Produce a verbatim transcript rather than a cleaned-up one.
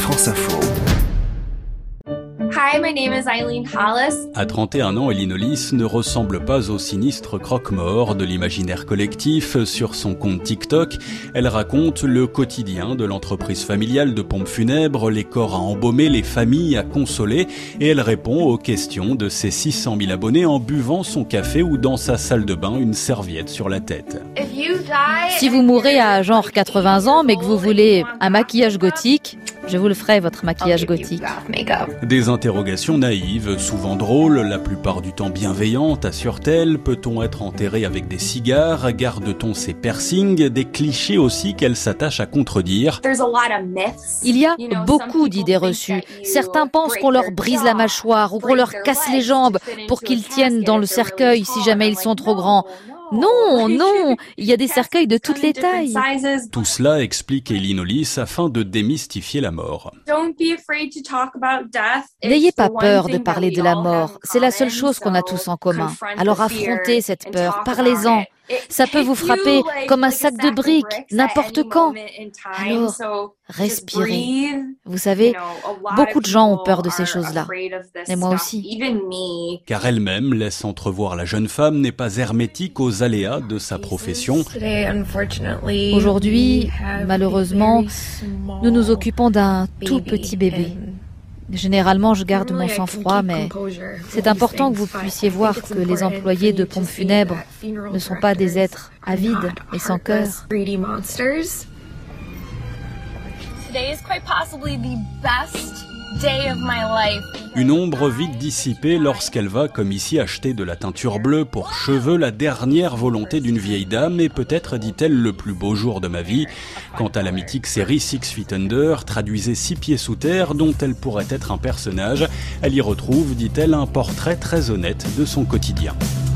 France Info. Hi, my name is Eileen Hollis. À trente et un ans, Eileen Hollis ne ressemble pas au sinistre croque-mort de l'imaginaire collectif. Sur son compte TikTok, elle raconte le quotidien de l'entreprise familiale de pompes funèbres, les corps à embaumer, les familles à consoler, et elle répond aux questions de ses six cent mille abonnés en buvant son café ou dans sa salle de bain, une serviette sur la tête. Si vous mourrez à genre quatre-vingts ans, mais que vous voulez un maquillage gothique, je vous le ferai, votre maquillage gothique. Des interrogations naïves, souvent drôles, la plupart du temps bienveillantes, assure-t-elle. Peut-on être enterré avec des cigares? Garde-t-on ses piercings? Des clichés aussi qu'elle s'attache à contredire. Il y a beaucoup d'idées reçues. Certains pensent qu'on leur brise la mâchoire ou qu'on leur casse les jambes pour qu'ils tiennent dans le cercueil si jamais ils sont trop grands. Non, non, il y a des cercueils de toutes les tailles. Tout cela explique Eileen Hollis afin de démystifier la mort. N'ayez pas peur de parler de la mort. C'est la seule chose qu'on a tous en commun. Alors affrontez cette peur, parlez-en. Ça peut vous frapper comme un sac de briques, n'importe quand. Alors, respirez. Vous savez, beaucoup de gens ont peur de ces choses-là. Et moi aussi. Car elle-même laisse entrevoir la jeune femme n'est pas hermétique aux aléas de sa profession. Aujourd'hui, malheureusement, nous nous occupons d'un tout petit bébé. Généralement, je garde mon sang-froid, mais c'est important que vous puissiez voir que les employés de pompes funèbres ne sont pas des êtres avides et sans cœur. Today is quite possibly the best day of my life. Une ombre vite dissipée lorsqu'elle va, comme ici, acheter de la teinture bleue pour cheveux, la dernière volonté d'une vieille dame, et peut-être, dit-elle, le plus beau jour de ma vie. Quant à la mythique série Six Feet Under, traduisez Six pieds sous terre, dont elle pourrait être un personnage, elle y retrouve, dit-elle, un portrait très honnête de son quotidien.